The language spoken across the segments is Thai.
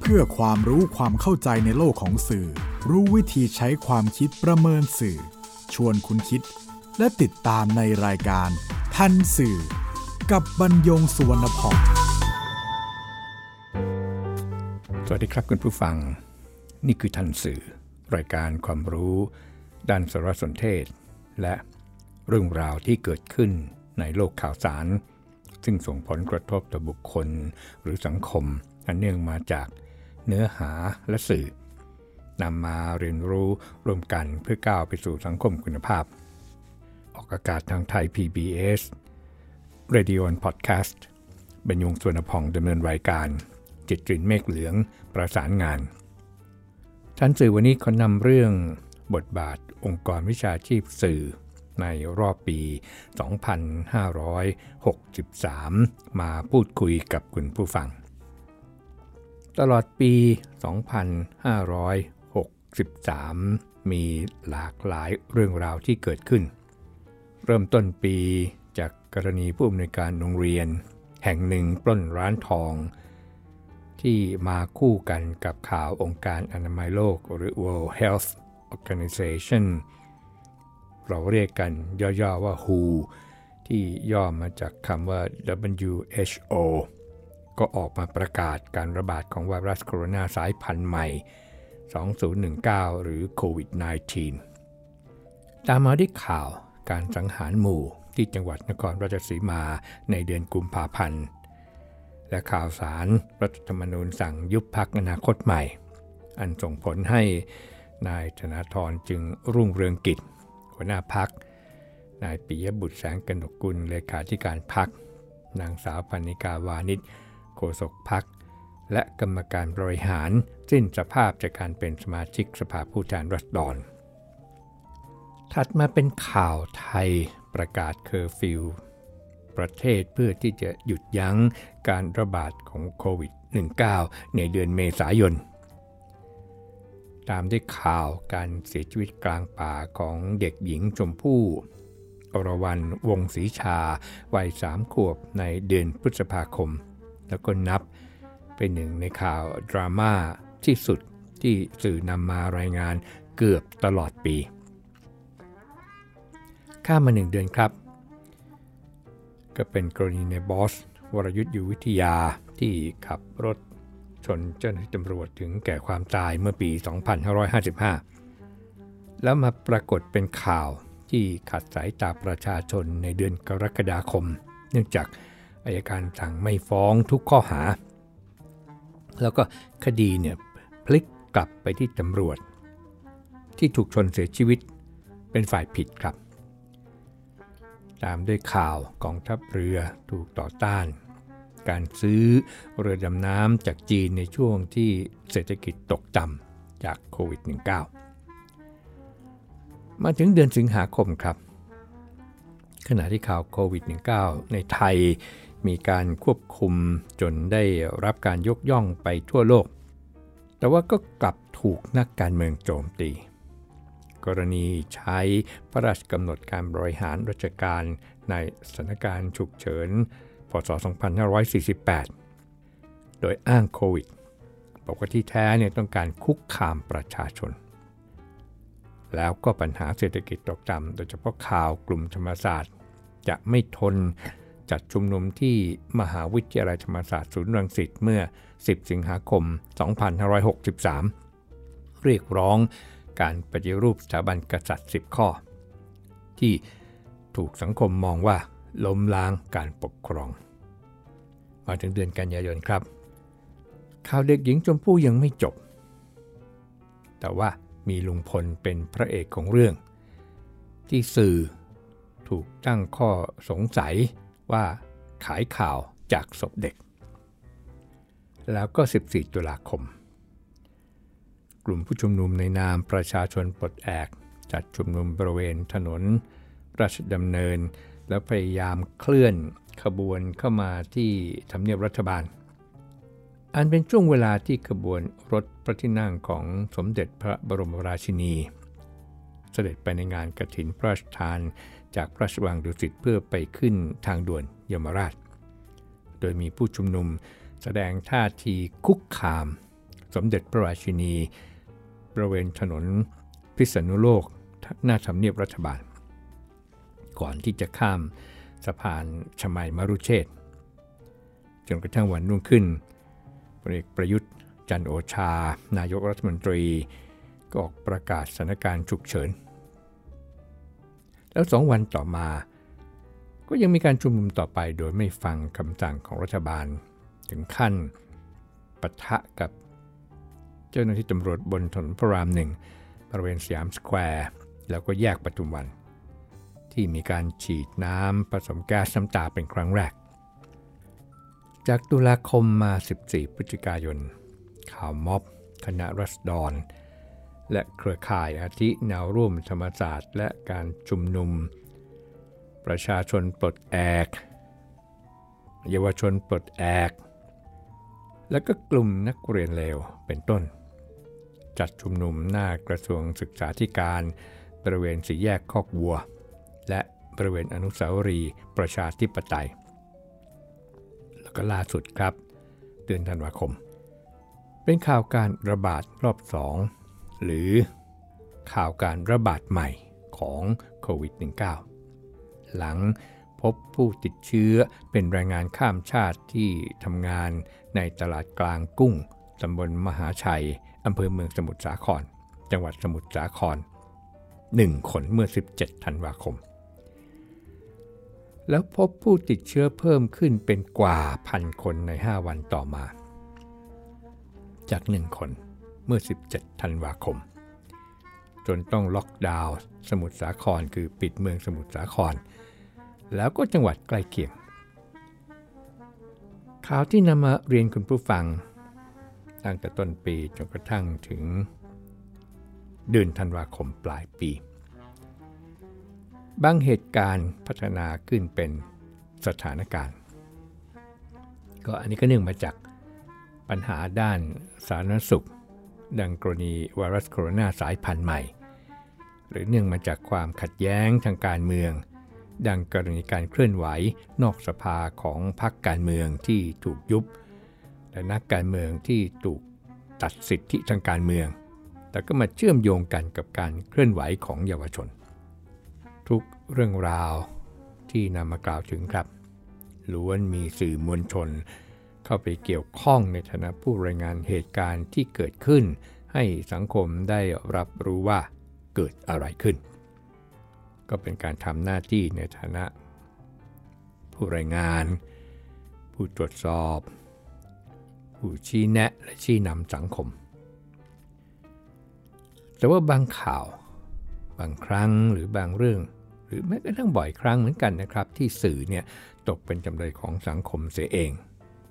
เพื่อความรู้ความเข้าใจในโลกของสื่อรู้วิธีใช้ความคิดประเมินสื่อชวนคุณคิดและติดตามในรายการทันสื่อกับบรรยงสุวรรณพรสวัสดีครับคุณผู้ฟังนี่คือทันสื่อรายการความรู้ด้านสารสนเทศและเรื่องราวที่เกิดขึ้นในโลกข่าวสารซึ่งส่งผลกระทบต่อบุคคลหรือสังคมอันเนื่องมาจากเนื้อหาและสื่อนำมาเรียนรู้ร่วมกันเพื่อก้าวไปสู่สังคมคุณภาพออกอากาศทางไทย PBS Radio and Podcast บรรยงสุวรรณพงษ์ดำเนินรายการจิตรินเมฆเหลืองประสานงานท่านสื่อวันนี้ขอนำเรื่องบทบาทองค์กรวิชาชีพสื่อในรอบปี 2563 มาพูดคุยกับคุณผู้ฟังตลอดปี 2563 มีหลากหลายเรื่องราวที่เกิดขึ้นเริ่มต้นปีจากกรณีผู้อำนวยการโรงเรียนแห่งหนึ่งปล้นร้านทองที่มาคู่กันกับข่าวองค์การอนามัยโลกหรือ World Health Organization เราเรียกกันย่อๆว่า WHO ที่ย่อมาจากคำว่า WHO ก็ออกมาประกาศการระบาดของไวรัสโคโรนาสายพันธุ์ใหม่ 2019 หรือโควิด -19 ตามมาด้วยข่าวการสังหารหมู่ที่จังหวัดนครราชสีมาในเดือนกุมภาพันธ์และข่าวสารรัฐธรรมนูญสั่งยุบพรรคอนาคตใหม่อันส่งผลให้นายธนาธรจึงรุ่งเรืองกิจหัวหน้าพรรคนายปิยบุตรแสงกนกกุลเลขาธิการพรรคนางสาวพรรณิกาวานิชโฆษกพรรคและกรรมการบริหารสิ้นสภาพจากการเป็นสมาชิกสภาผู้แทนราษฎรถัดมาเป็นข่าวไทยประกาศเคอร์ฟิวประเทศเพื่อที่จะหยุดยั้งการระบาดของโควิด -19 ในเดือนเมษายนตามด้วยข่าวการเสียชีวิตกลางป่าของเด็กหญิงชมพู่อรวรรณวงศ์ศรีชาวัย3 ขวบในเดือนพฤษภาคมแล้วก็นับเป็นหนึ่งในข่าวดราม่าที่สุดที่สื่อนำมารายงานเกือบตลอดปีข้ามมา1 เดือนครับก็เป็นกรณีในบอสวรยุทธอยู่วิทยาที่ขับรถชนเจ้าหน้าที่ตำรวจถึงแก่ความตายเมื่อปี 2555 แล้วมาปรากฏเป็นข่าวที่ขัดสายตาประชาชนในเดือนกรกฎาคมเนื่องจากอัยการสั่งไม่ฟ้องทุกข้อหาแล้วก็คดีเนี่ยพลิกกลับไปที่ตำรวจที่ถูกชนเสียชีวิตเป็นฝ่ายผิดครับตามด้วยข่าวกองทัพเรือถูกต่อต้านการซื้อเรือดำน้ำจากจีนในช่วงที่เศรษฐกิจตกต่ำจากโควิด -19 มาถึงเดือนสิงหาคมครับขณะที่ข่าวโควิด -19 ในไทยมีการควบคุมจนได้รับการยกย่องไปทั่วโลกแต่ว่าก็กลับถูกนักการเมืองโจมตีกรณีใช้พระราชกำหนดการบริหารราชการในสถานการณ์ฉุกเฉินพ.ศ. 2548 โดยอ้างโควิดบอกว่าที่แท้เนี่ยต้องการคุกคามประชาชนแล้วก็ปัญหาเศรษฐกิจตกต่ำโดยเฉพาะข่าวกลุ่มธรรมศาสตร์จะไม่ทนจัดชุมนุมที่มหาวิทยาลัยธรรมศาสตร์ศูนย์รังสิตเมื่อ 10 สิงหาคม 2563 เรียกร้องการปฏิรูปสถาบันกษัตริย์10 ข้อที่ถูกสังคมมองว่าล้มล้างการปกครองมาถึงเดือนกันยายนครับข่าวเด็กหญิงชมพู่ยังไม่จบแต่ว่ามีลุงพลเป็นพระเอกของเรื่องที่สื่อถูกตั้งข้อสงสัยว่าขายข่าวจากศพเด็กแล้วก็ 14 ตุลาคมกลุ่มผู้ชุมนุมในนามประชาชนปลดแอกจัดชุมนุมบริเวณถนนราชดำเนินแล้วพยายามเคลื่อนขบวนเข้ามาที่ทำเนียบรัฐบาลอันเป็นช่วงเวลาที่ขบวนรถพระที่นั่งของสมเด็จพระบรมราชินีเสด็จไปในงานกฐินพระราชทานจากพระราชวังดุสิตเพื่อไปขึ้นทางด่วนยมราชโดยมีผู้ชุมนุมแสดงท่าทีคุกคามสมเด็จพระราชินีบริเวณถนนพิษณุโลกหน้าทำเนียบรัฐบาลก่อนที่จะข้ามสะพานชมัยมรุเชษฐ์จนกระทั่งวันรุ่งขึ้นพลเอกประยุทธ์จันทร์โอชานายกรัฐมนตรีก็ออกประกาศสถานการณ์ฉุกเฉินแล้ว2 วันต่อมาก็ยังมีการชุมนุมต่อไปโดยไม่ฟังคำสั่งของรัฐบาลถึงขั้นปะทะกับเจ้าหน้าที่ตำรวจบนถนนพระราม1บริเวณสยามสแควร์แล้วก็แยกปทุมวันที่มีการฉีดน้ำผสมแก๊สน้ำตาเป็นครั้งแรกจากตุลาคมมา14พฤศจิกายนข่าวม็อบคณะราษฎรและเครือข่ายอาทิแนวร่วมธรรมศาสตร์และการชุมนุมประชาชนปลดแอกเยาวชนปลดแอกและก็กลุ่มนักเรียนเลวเป็นต้นจัดชุมนุมหน้ากระทรวงศึกษาธิการบริเวณสี่แยกคอกวัวและบริเวณอนุสาวรีย์ประชาธิปไตยแล้วก็ล่าสุดครับเดือนธันวาคมเป็นข่าวการระบาดรอบ2หรือข่าวการระบาดใหม่ของโควิด -19 หลังพบผู้ติดเชื้อเป็นแรงงานข้ามชาติที่ทำงานในตลาดกลางกุ้งตำบลมหาชัยอำเภอเมืองสมุทรสาครจังหวัดสมุทรสาคร1 คนเมื่อ17ธันวาคมแล้วพบผู้ติดเชื้อเพิ่มขึ้นเป็นกว่า1,000 คนใน5 วันต่อมาจาก1 คนเมื่อ17ธันวาคมจนต้องล็อกดาวน์สมุทรสาครคือปิดเมืองสมุทรสาครแล้วก็จังหวัดใกล้เคียงข่าวที่นำมาเรียนคุณผู้ฟังตั้งแต่ต้นปีจนกระทั่งถึงเดือนธันวาคมปลายปีบางเหตุการณ์พัฒนาขึ้นเป็นสถานการณ์ก็อันนี้ก็เนื่องมาจากปัญหาด้านสาธารณสุขดังกรณีไวรัสโคโรนาสายพันธุ์ใหม่หรือเนื่องมาจากความขัดแย้งทางการเมืองดังกรณีการเคลื่อนไหวนอกสภาของพรรคการเมืองที่ถูกยุบและนักการเมืองที่ถูกตัดสิทธิทางการเมืองแต่ก็มาเชื่อมโยงกันกับการเคลื่อนไหวของเยาวชนทุกเรื่องราวที่นำมากล่าวถึงครับล้วนมีสื่อมวลชนเข้าไปเกี่ยวข้องในฐานะผู้รายงานเหตุการณ์ที่เกิดขึ้นให้สังคมได้รับรู้ว่าเกิดอะไรขึ้นก็เป็นการทำหน้าที่ในฐานะผู้รายงานผู้ตรวจสอบผู้ชี้แนะและชี้นำสังคมแต่ว่าบางข่าวบางครั้งหรือบางเรื่องหรือแม้กระทั่งบ่อยครั้งเหมือนกันนะครับที่สื่อเนี่ยตกเป็นจำเลยของสังคมเสียเอง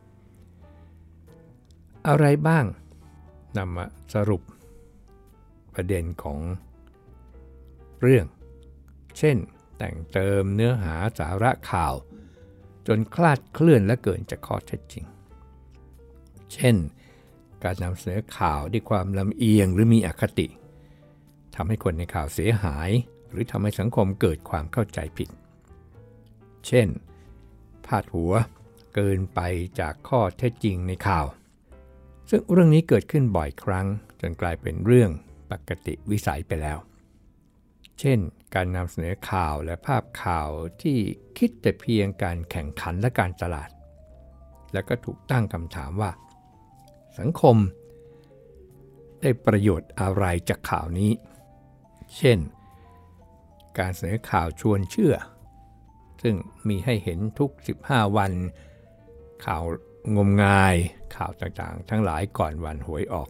อะไรบ้างนำมาสรุปประเด็นของเรื่องเช่นแต่งเติมเนื้อหาสาระข่าวจนคลาดเคลื่อนและเกินจากข้อเท็จจริงเช่นการนำเสนอข่าวด้วยความลำเอียงหรือมีอคติทำให้คนในข่าวเสียหายหรือทำให้สังคมเกิดความเข้าใจผิดเช่นพาดหัวเกินไปจากข้อเท็จจริงในข่าวซึ่งเรื่องนี้เกิดขึ้นบ่อยครั้งจนกลายเป็นเรื่องปกติวิสัยไปแล้วเช่นการนำเสนอข่าวและภาพข่าวที่คิดแต่เพียงการแข่งขันและการตลาดแล้วก็ถูกตั้งคำถามว่าสังคมได้ประโยชน์อะไรจากข่าวนี้เช่นการเสนอข่าวชวนเชื่อซึ่งมีให้เห็นทุก15 วันข่าวงมงายข่าวต่างๆทั้งหลายก่อนวันหวยออก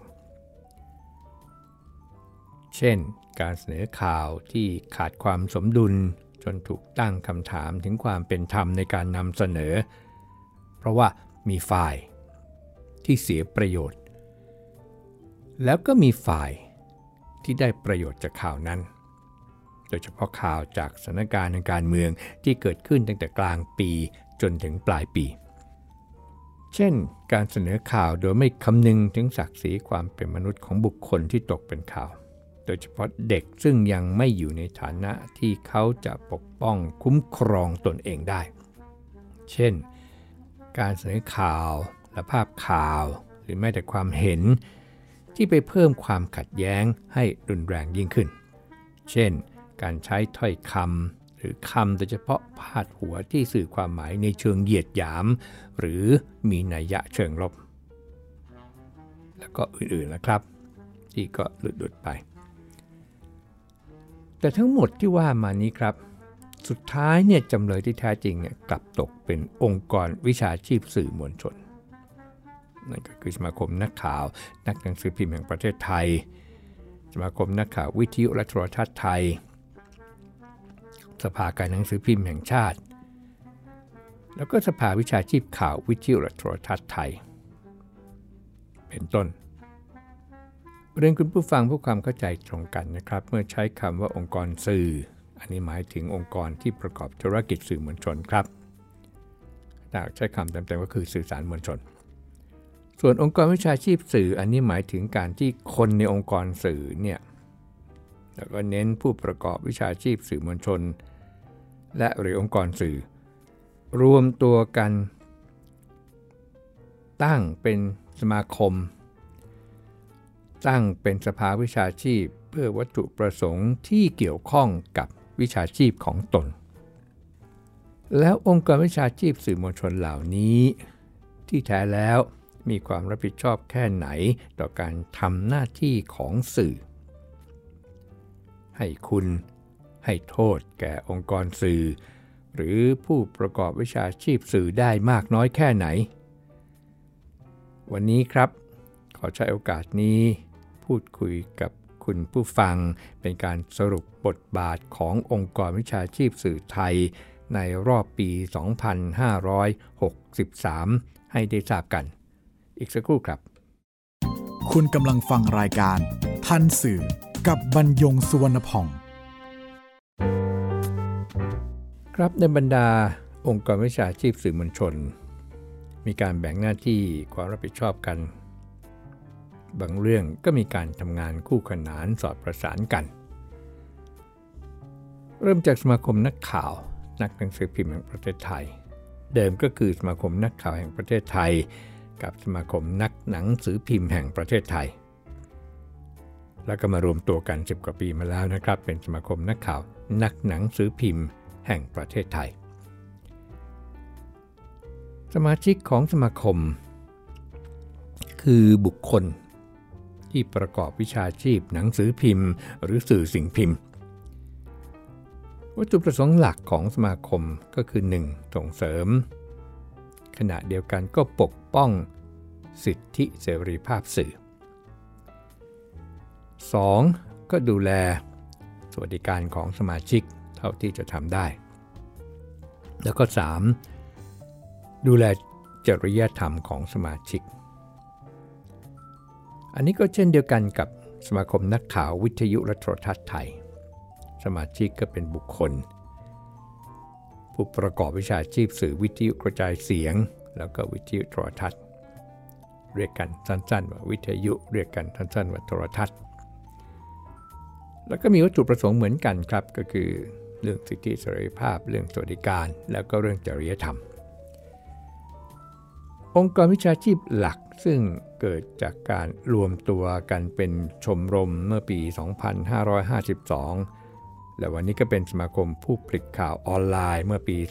เช่นการเสนอข่าวที่ขาดความสมดุลจนถูกตั้งคำถามถึงความเป็นธรรมในการนำเสนอเพราะว่ามีฝ่ายที่เสียประโยชน์แล้วก็มีฝ่ายที่ได้ประโยชน์จากข่าวนั้นโดยเฉพาะข่าวจากสถานการณ์ทางการเมืองที่เกิดขึ้นตั้งแต่กลางปีจนถึงปลายปีเช่นการเสนอข่าวโดยไม่คำนึงถึงศักดิ์ศรีความเป็นมนุษย์ของบุคคลที่ตกเป็นข่าวโดยเฉพาะเด็กซึ่งยังไม่อยู่ในฐานะที่เขาจะปกป้องคุ้มครองตนเองได้เช่นการเสนอข่าวและภาพข่าวหรือแม้แต่ความเห็นที่ไปเพิ่มความขัดแย้งให้รุนแรงยิ่งขึ้นเช่นการใช้ถ้อยคำหรือคำโดยเฉพาะพาดหัวที่สื่อความหมายในเชิงเหยียดหยามหรือมีนัยยะเชิงลบแล้วก็อื่นๆนะครับที่ก็หลุดไปแต่ทั้งหมดที่ว่ามานี้ครับสุดท้ายเนี่ยจำเลยที่แท้จริงเนี่ยกลับตกเป็นองค์กรวิชาชีพสื่อมวลชนนั่นก็คือสมาคมนักข่าวนักหนังสือพิมพ์แห่งประเทศไทยสมาคมนักข่าววิทยุและโทรทัศน์ไทยสภาการหนังสือพิมพ์แห่งชาติแล้วก็สภาวิชาชีพข่าววิทยุและโทรทัศน์ไทยเป็นต้นเรียนคุณผู้ฟังผู้ความเข้าใจตรงกันนะครับเมื่อใช้คำว่าองค์กรสื่ออันนี้หมายถึงองค์กรที่ประกอบธุรกิจสื่อมวลชนครับถ้าใช้คำเต็มๆก็คือสื่อสารมวลชนส่วนองค์กรวิชาชีพสื่ออันนี้หมายถึงการที่คนในองค์กรสื่อเนี่ยแล้วก็เน้นผู้ประกอบวิชาชีพสื่อมวลชนและหรือองค์กรสื่อรวมตัวกันตั้งเป็นสมาคมตั้งเป็นสภาวิชาชีพเพื่อวัตถุประสงค์ที่เกี่ยวข้องกับวิชาชีพของตนแล้วองค์กรวิชาชีพสื่อมวลชนเหล่านี้ที่แท้แล้วมีความรับผิดชอบแค่ไหนต่อการทำหน้าที่ของสื่อให้คุณให้โทษแก่องค์กรสื่อหรือผู้ประกอบวิชาชีพสื่อได้มากน้อยแค่ไหนวันนี้ครับขอใช้โอกาสนี้พูดคุยกับคุณผู้ฟังเป็นการสรุปบทบาทขององค์กรวิชาชีพสื่อไทยในรอบปี 2563 ให้ได้ทราบกันอีกสักครู่ครับคุณกำลังฟังรายการทันสื่อกับบรรยงสุวรรณพองครับในบรรดาองค์กรวิชาชีพสื่อมวลชนมีการแบ่งหน้าที่ความรับผิดชอบกันบางเรื่องก็มีการทำงานคู่ขนานสอดประสานกันเริ่มจากสมาคมนักข่าวนักหนังสือพิมพ์แห่งประเทศไทยเดิมก็คือสมาคมนักข่าวแห่งประเทศไทยกับสมาคมนักหนังสือพิมพ์แห่งประเทศไทยแล้วก็มารวมตัวกัน10 กว่าปีมาแล้วนะครับเป็นสมาคมนักข่าวนักหนังสือพิมพ์แห่งประเทศไทยสมาชิกของสมาคมคือบุคคลที่ประกอบวิชาชีพหนังสือพิมพ์หรือสื่อสิ่งพิมพ์วัตถุประสงค์หลักของสมาคมก็คือ 1. ส่งเสริมขณะเดียวกันก็ปกป้องสิทธิเสรีภาพสื่อ 2. ก็ดูแลสวัสดิการของสมาชิกเท่าที่จะทำได้แล้วก็ 3. ดูแลจริยธรรมของสมาชิกอันนี้ก็เช่นเดียวกันกับสมาคมนักข่าววิทยุและโทรทัศน์ไทยสมาชิกก็เป็นบุคคลผู้ประกอบวิชาชีพสื่อวิทยุกระจายเสียงแล้วก็วิทยุโทรทัศน์เรียกกันสั้นๆว่าวิทยุเรียกกันสั้นๆว่าโทรทัศน์แล้วก็มีวัตถุประสงค์เหมือนกันครับก็คือเรื่องสิทธิเสรีภาพเรื่องสวัสดิการแล้วก็เรื่องจริยธรรมองค์กรวิชาชีพหลักซึ่งเกิดจากการรวมตัวกันเป็นชมรมเมื่อปี 2552 และวันนี้ก็เป็นสมาคมผู้ผลิตข่าวออนไลน์เมื่อปี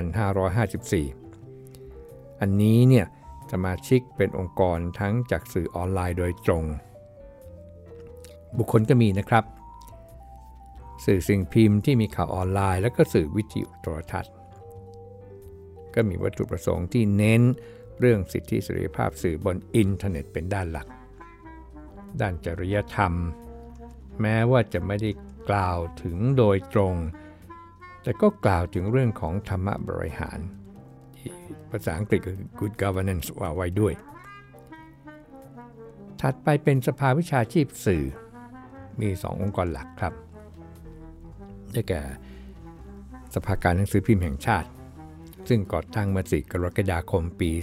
2554 อันนี้เนี่ยสมาชิกเป็นองค์กรทั้งจากสื่อออนไลน์โดยตรงบุคคลก็มีนะครับสื่อสิ่งพิมพ์ที่มีข่าวออนไลน์แล้วก็สื่อวิทยุโทรทัศน์ก็มีวัตถุประสงค์ที่เน้นเรื่องสิทธิเสรีภาพสื่อบนอินเทอร์เน็ตเป็นด้านหลักด้านจริยธรรมแม้ว่าจะไม่ได้กล่าวถึงโดยตรงแต่ก็กล่าวถึงเรื่องของธรรมบริหารที่ภาษาอังกฤษก็คือ good governance ว่าไว้ด้วยถัดไปเป็นสภาวิชาชีพสื่อมี2 องค์กรหลักครับได้แก่สภาการหนังสือพิมพ์แห่งชาติซึ่งก่อตั้งเมื่อ4 กรกฎาคมปี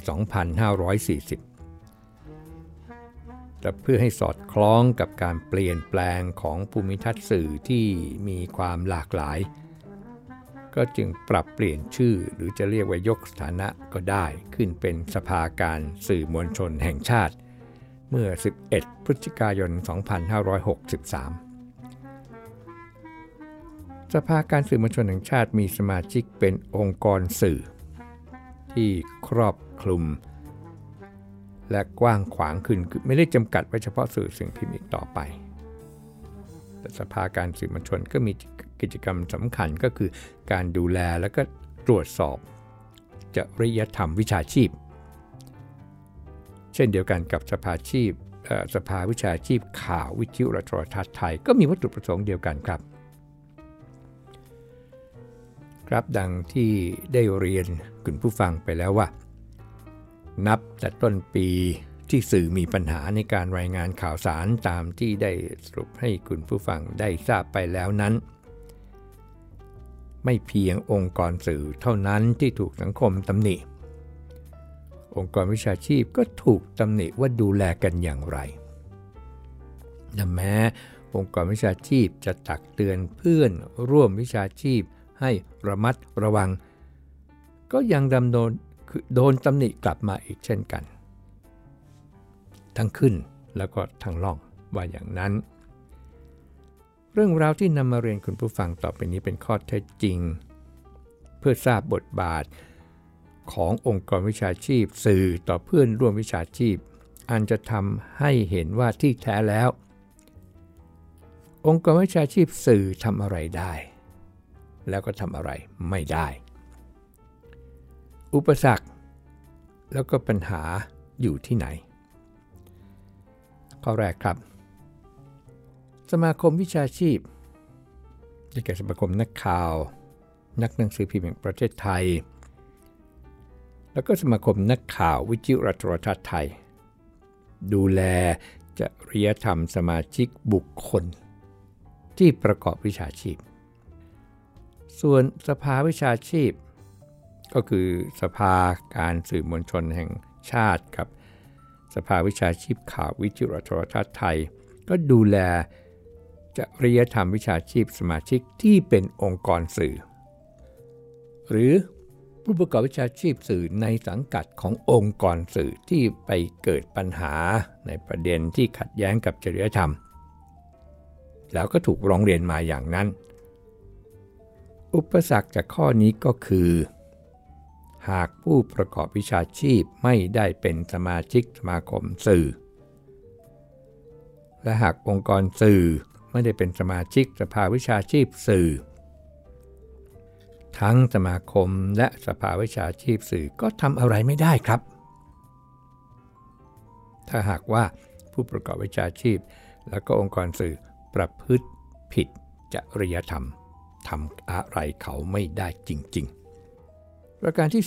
2540 และเพื่อให้สอดคล้องกับการเปลี่ยนแปลงของภูมิทัศน์สื่อที่มีความหลากหลายก็จึงปรับเปลี่ยนชื่อหรือจะเรียกว่ายกสถานะก็ได้ขึ้นเป็นสภาการสื่อมวลชนแห่งชาติเมื่อ 11 พฤศจิกายน 2563 สภาการสื่อมวลชนแห่งชาติมีสมาชิกเป็นองค์กรสื่อที่ครอบคลุมและกว้างขวางขึ้นคือไม่ได้จำกัดไว้เฉพาะสื่อสิ่งพิมพ์อีกต่อไปแต่สภาการสื่อมวลชนก็มีกิจกรรมสำคัญก็คือการดูแลและก็ตรวจสอบจริยธรรมวิชาชีพเช่นเดียวกันกับสภาวิชาชีพข่าววิทยุและโทรทัศน์ไทยก็มีวัตถุประสงค์เดียวกันครับดังที่ได้เรียนคุณผู้ฟังไปแล้วว่านับแต่ต้นปีที่สื่อมีปัญหาในการรายงานข่าวสารตามที่ได้สรุปให้คุณผู้ฟังได้ทราบไปแล้วนั้นไม่เพียงองค์กรสื่อเท่านั้นที่ถูกสังคมตำหนิองค์กรวิชาชีพก็ถูกตำหนิว่าดูแลกันอย่างไรและแม้องค์กรวิชาชีพจะตักเตือนเพื่อนร่วมวิชาชีพให้ระมัดระวังก็ยังโดนตำหนิกลับมาอีกเช่นกันทั้งขึ้นแล้วก็ทั้งล่องว่าอย่างนั้นเรื่องราวที่นำมาเรียนคุณผู้ฟังต่อไปนี้เป็นข้อเท็จจริงเพื่อทราบบทบาทขององค์กรวิชาชีพสื่อต่อเพื่อนร่วมวิชาชีพอันจะทำให้เห็นว่าที่แท้แล้วองค์กรวิชาชีพสื่อทำอะไรได้แล้วก็ทำอะไรไม่ได้อุปสรรคแล้วก็ปัญหาอยู่ที่ไหนข้อแรกครับสมาคมวิชาชีพได้แก่สมาคมนักข่าวนักหนังสือพิมพ์แห่งประเทศไทยแล้วก็สมาคมนักข่าววิทยุและโทรทัศน์ไทยดูแลจริยธรรมสมาชิกบุคคลที่ประกอบวิชาชีพส่วนสภาวิชาชีพก็คือสภาการสื่อมวลชนแห่งชาติครับสภาวิชาชีพข่าววิทยุและโทรทัศน์ไทยก็ดูแลจริยธรรมวิชาชีพสมาชิกที่เป็นองค์กรสื่อหรือผู้ประกอบวิชาชีพสื่อในสังกัดขององค์กรสื่อที่ไปเกิดปัญหาในประเด็นที่ขัดแย้งกับจริยธรรมแล้วก็ถูกร้องเรียนมาอย่างนั้นอุปสรรคจากข้อนี้ก็คือหากผู้ประกอบวิชาชีพไม่ได้เป็นสมาชิกสมาคมสื่อและหากองค์กรสื่อไม่ได้เป็นสมาชิกสภาวิชาชีพสื่อทั้งสมาคมและสภาวิชาชีพสื่อก็ทำอะไรไม่ได้ครับถ้าหากว่าผู้ประกอบวิชาชีพและก็องค์กรสื่อประพฤติผิดจริยธรรมทำอะไรเขาไม่ได้จริงๆประการที่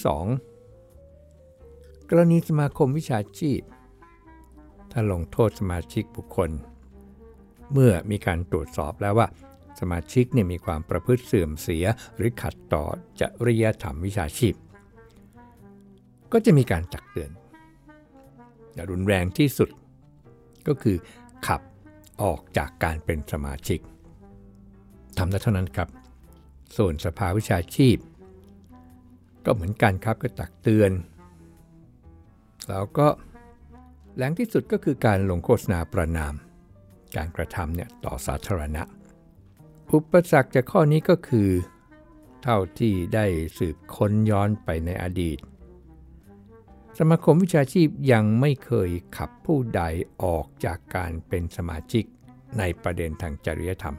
2กรณีสมาคมวิชาชีพถ้าลงโทษสมาชิกบุคคลเมื่อมีการตรวจสอบแล้วว่าสมาชิกมีความประพฤติเสื่อมเสียหรือขัดต่อจริยธรรมวิชาชีพก็จะมีการตักเตือนและรุนแรงที่สุดก็คือขับออกจากการเป็นสมาชิกทำได้เท่านั้นครับส่วนสภาวิชาชีพก็เหมือนกันครับก็ตักเตือนแล้วก็แรงที่สุดก็คือการลงโฆษณาประณามการกระทำต่อสาธารณะอุปสรรคจากข้อนี้ก็คือเท่าที่ได้สืบค้นย้อนไปในอดีตสมาคมวิชาชีพยังไม่เคยขับผู้ใดออกจากการเป็นสมาชิกในประเด็นทางจริยธรรม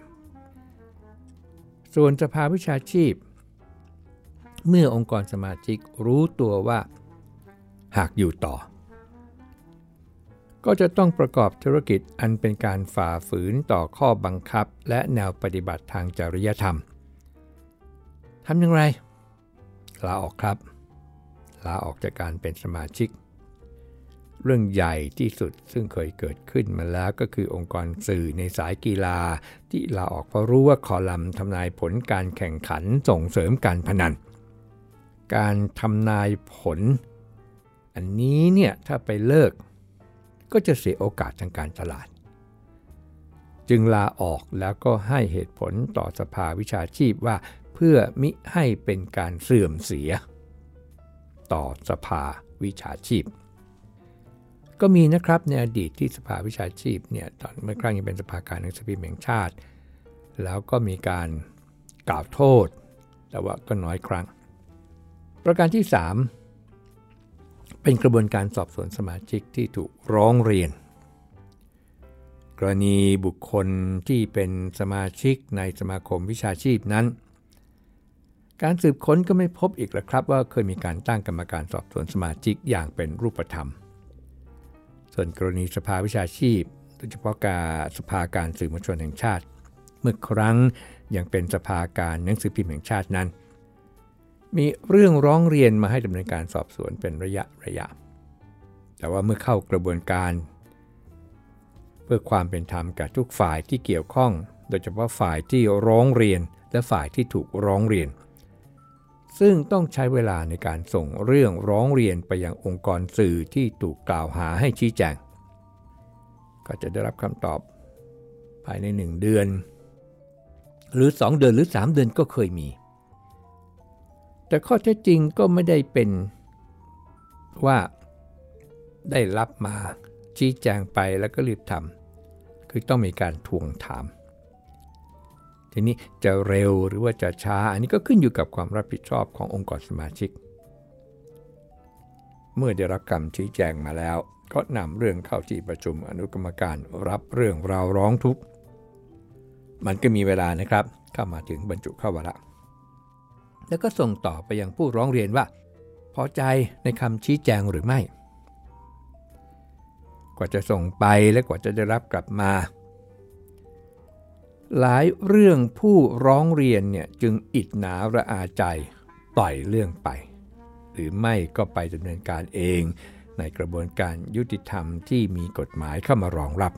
ส่วนสภาวิชาชีพเมื่อองค์กรสมาชิกรู้ตัวว่าหากอยู่ต่อก็จะต้องประกอบธุรกิจอันเป็นการฝ่าฝืนต่อข้อบังคับและแนวปฏิบัติทางจริยธรรมทำอย่างไรลาออกครับลาออกจากการเป็นสมาชิกเรื่องใหญ่ที่สุดซึ่งเคยเกิดขึ้นมาแล้วก็คือองค์กรสื่อในสายกีฬาที่ลาออกเพราะรู้ว่าคอลัมน์ทำนายผลการแข่งขันส่งเสริมการพนันการทำนายผลอันนี้ถ้าไปเลิกก็จะเสียโอกาสทางการตลาดจึงลาออกแล้วก็ให้เหตุผลต่อสภาวิชาชีพว่าเพื่อมิให้เป็นการเสื่อมเสียต่อสภาวิชาชีพก็มีนะครับในอดีตที่สภาวิชาชีพเนี่ยตอนเมื่อครั้งยังเป็นสภาการหนังสือพิมพ์แห่งชาติแล้วก็มีการกล่าวโทษแต่ว่าก็น้อยครั้งประการที่3เป็นกระบวนการสอบสวนสมาชิกที่ถูกร้องเรียนกรณีบุคคลที่เป็นสมาชิกในสมาคมวิชาชีพนั้นการสืบค้นก็ไม่พบอีกแล้วครับว่าเคยมีการตั้งกรรมการสอบสวนสมาชิกอย่างเป็นรูปธรรมส่วนกรณีสภาวิชาชีพโดยเฉพาะการสภาการสื่อมวลชนแห่งชาติเมื่อครั้งยังเป็นสภาการหนังสือพิมพ์แห่งชาตินั้นมีเรื่องร้องเรียนมาให้ดำเนินการสอบสวนเป็นระยะแต่ว่าเมื่อเข้ากระบวนการเพื่อความเป็นธรรมกับทุกฝ่ายที่เกี่ยวข้องโดยเฉพาะฝ่ายที่ร้องเรียนและฝ่ายที่ถูกร้องเรียนซึ่งต้องใช้เวลาในการส่งเรื่องร้องเรียนไปยังองค์กรสื่อที่ถูกกล่าวหาให้ชี้แจงก็จะได้รับคำตอบภายใน1เดือนหรือ2เดือนหรือ3เดือนก็เคยมีแต่ข้อเท็จจริงก็ไม่ได้เป็นว่าได้รับมาชี้แจงไปแล้วก็รีบทำคือต้องมีการทวงถามทีนี้จะเร็วหรือว่าจะช้าอันนี้ก็ขึ้นอยู่กับความรับผิดชอบขององค์กรสมาชิกเมื่อได้รับคำชี้แจงมาแล้วก็นำเรื่องเข้าที่ประชุมอนุกรรมการรับเรื่องราวร้องทุกข์มันก็มีเวลานะครับเข้ามาถึงบรรจุเข้าวาระแล้วก็ส่งต่อไปยังผู้ร้องเรียนว่าพอใจในคำชี้แจงหรือไม่กว่าจะส่งไปและกว่าจะได้รับกลับมาหลายเรื่องผู้ร้องเรียนเนี่ยจึงอิจฉาระอาใจปล่อยเรื่องไปหรือไม่ก็ไปดำเนินการเองในกระบวนการยุติธรรมที่มีกฎหมายเข้ามารองรับ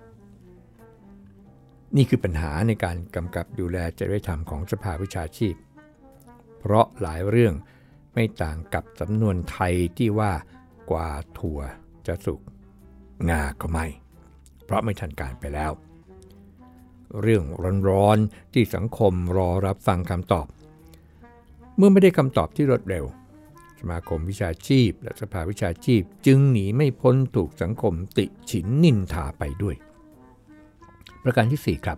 นี่คือปัญหาในการกำกับดูแลจริยธรรมของสภาวิชาชีพเพราะหลายเรื่องไม่ต่างกับสำนวนไทยที่ว่ากว่าถั่วจะสุกงาก็ไม่เพราะไม่ทันการไปแล้วเรื่องร้อนๆที่สังคมรอรับฟังคำตอบเมื่อไม่ได้คำตอบที่รวดเร็วสมาคมวิชาชีพและสภาวิชาชีพจึงหนีไม่พ้นถูกสังคมติฉินนินทาไปด้วยประการที่4ครับ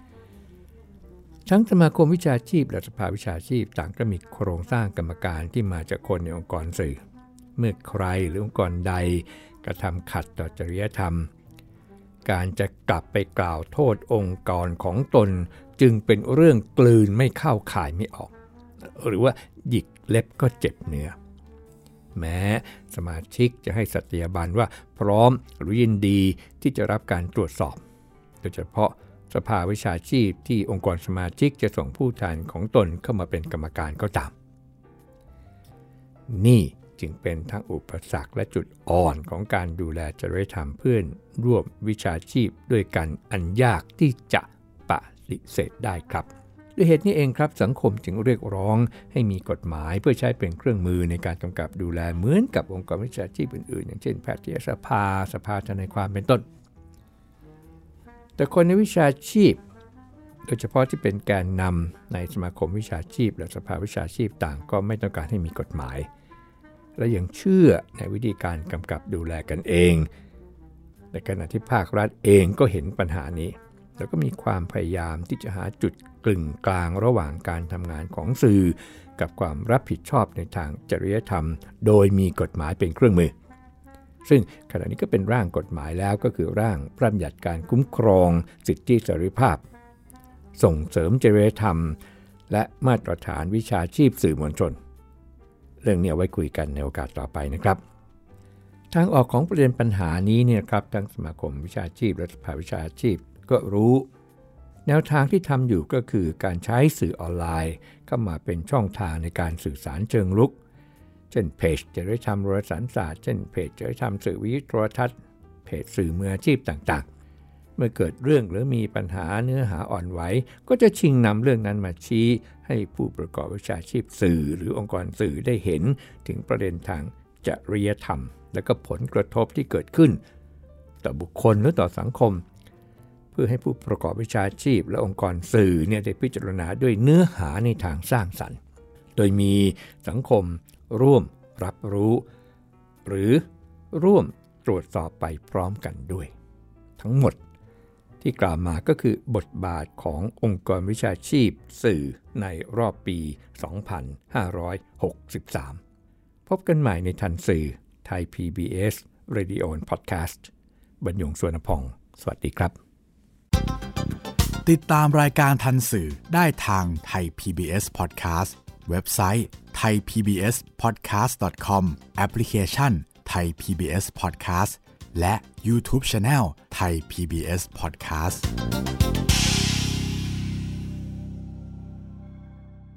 ทั้งสมาคมวิชาชีพและสภาวิชาชีพต่างก็มีโครงสร้างกรรมการที่มาจากคนในองค์กรสื่อเมื่อใครหรือองค์กรใดกระทำขัดต่อจริยธรรมการจะกลับไปกล่าวโทษองค์กรของตนจึงเป็นเรื่องกลืนไม่เข้าข่ายไม่ออกหรือว่าหยิกเล็บก็เจ็บเนื้อแม้สมาชิกจะให้สัตยาบันว่าพร้อมหรือยินดีที่จะรับการตรวจสอบโดยเฉพาะสภาวิชาชีพที่องค์กรสมาชิกจะส่งผู้แทนของตนเข้ามาเป็นกรรมการก็ตามนี่จึงเป็นทั้งอุปสรรคและจุดอ่อนของการดูแลจริยธรรมเพื่อนร่วมวิชาชีพด้วยกันอันยากที่จะปฏิเสธได้ครับด้วยเหตุนี้เองครับสังคมจึงเรียกร้องให้มีกฎหมายเพื่อใช้เป็นเครื่องมือในการกำกับดูแลเหมือนกับองค์กรวิชาชีพอื่นๆอย่างเช่นแพทยสภาสภาทนายความเป็นต้นแต่คนในวิชาชีพโดยเฉพาะที่เป็นแกนนำในสมาคมวิชาชีพและสภาวิชาชีพต่างก็ไม่ต้องการให้มีกฎหมายและยังเชื่อในวิธีการกำกับดูแลกันเองในขณะที่ภาครัฐเองก็เห็นปัญหานี้แล้วก็มีความพยายามที่จะหาจุดกึ่งกลางระหว่างการทำงานของสื่อกับความรับผิดชอบในทางจริยธรรมโดยมีกฎหมายเป็นเครื่องมือซึ่งขณะนี้ก็เป็นร่างกฎหมายแล้วก็คือร่างพระราชบัญญัติการคุ้มครองสิทธิเสรีภาพส่งเสริมจริยธรรมและมาตรฐานวิชาชีพสื่อมวลชนเรื่องนี้ไว้คุยกันในโอกาสต่อไปนะครับทางออกของประเด็นปัญหานี้เนี่ยครับทั้งสมาคมวิชาชีพและสภาวิชาชีพก็รู้แนวทางที่ทำอยู่ก็คือการใช้สื่อออนไลน์เข้ามาเป็นช่องทางในการสื่อสารเชิงรุกเช่นเพจจริยธรรมโหราศาสตร์เช่นเพจจริยธรรมสื่อวิทยุโทรทัศน์เพจสื่อมืออาชีพต่างๆเมื่อเกิดเรื่องหรือมีปัญหาเนื้อหาอ่อนไหวก็จะชิงนำเรื่องนั้นมาชี้ให้ผู้ประกอบวิชาชีพสื่อหรือองค์กรสื่อได้เห็นถึงประเด็นทางจริยธรรมและก็ผลกระทบที่เกิดขึ้นต่อบุคคลหรือต่อสังคมเพื่อให้ผู้ประกอบวิชาชีพและองค์กรสื่อเนี่ยได้พิจารณาด้วยเนื้อหาในทางสร้างสรรค์โดยมีสังคมร่วมรับรู้หรือร่วมตรวจสอบไปพร้อมกันด้วยทั้งหมดที่กล่าวมาก็คือบทบาทขององค์กรวิชาชีพสื่อในรอบปี 2563 พบกันใหม่ในทันสื่อไทย PBS Radio Podcast บรรยง สุวรรณพงศ์สวัสดีครับติดตามรายการทันสื่อได้ทางไทย PBS Podcast เว็บไซต์ thaipbspodcast.com แอปพลิเคชัน Thai PBS Podcast และ YouTube Channel Thai PBS Podcast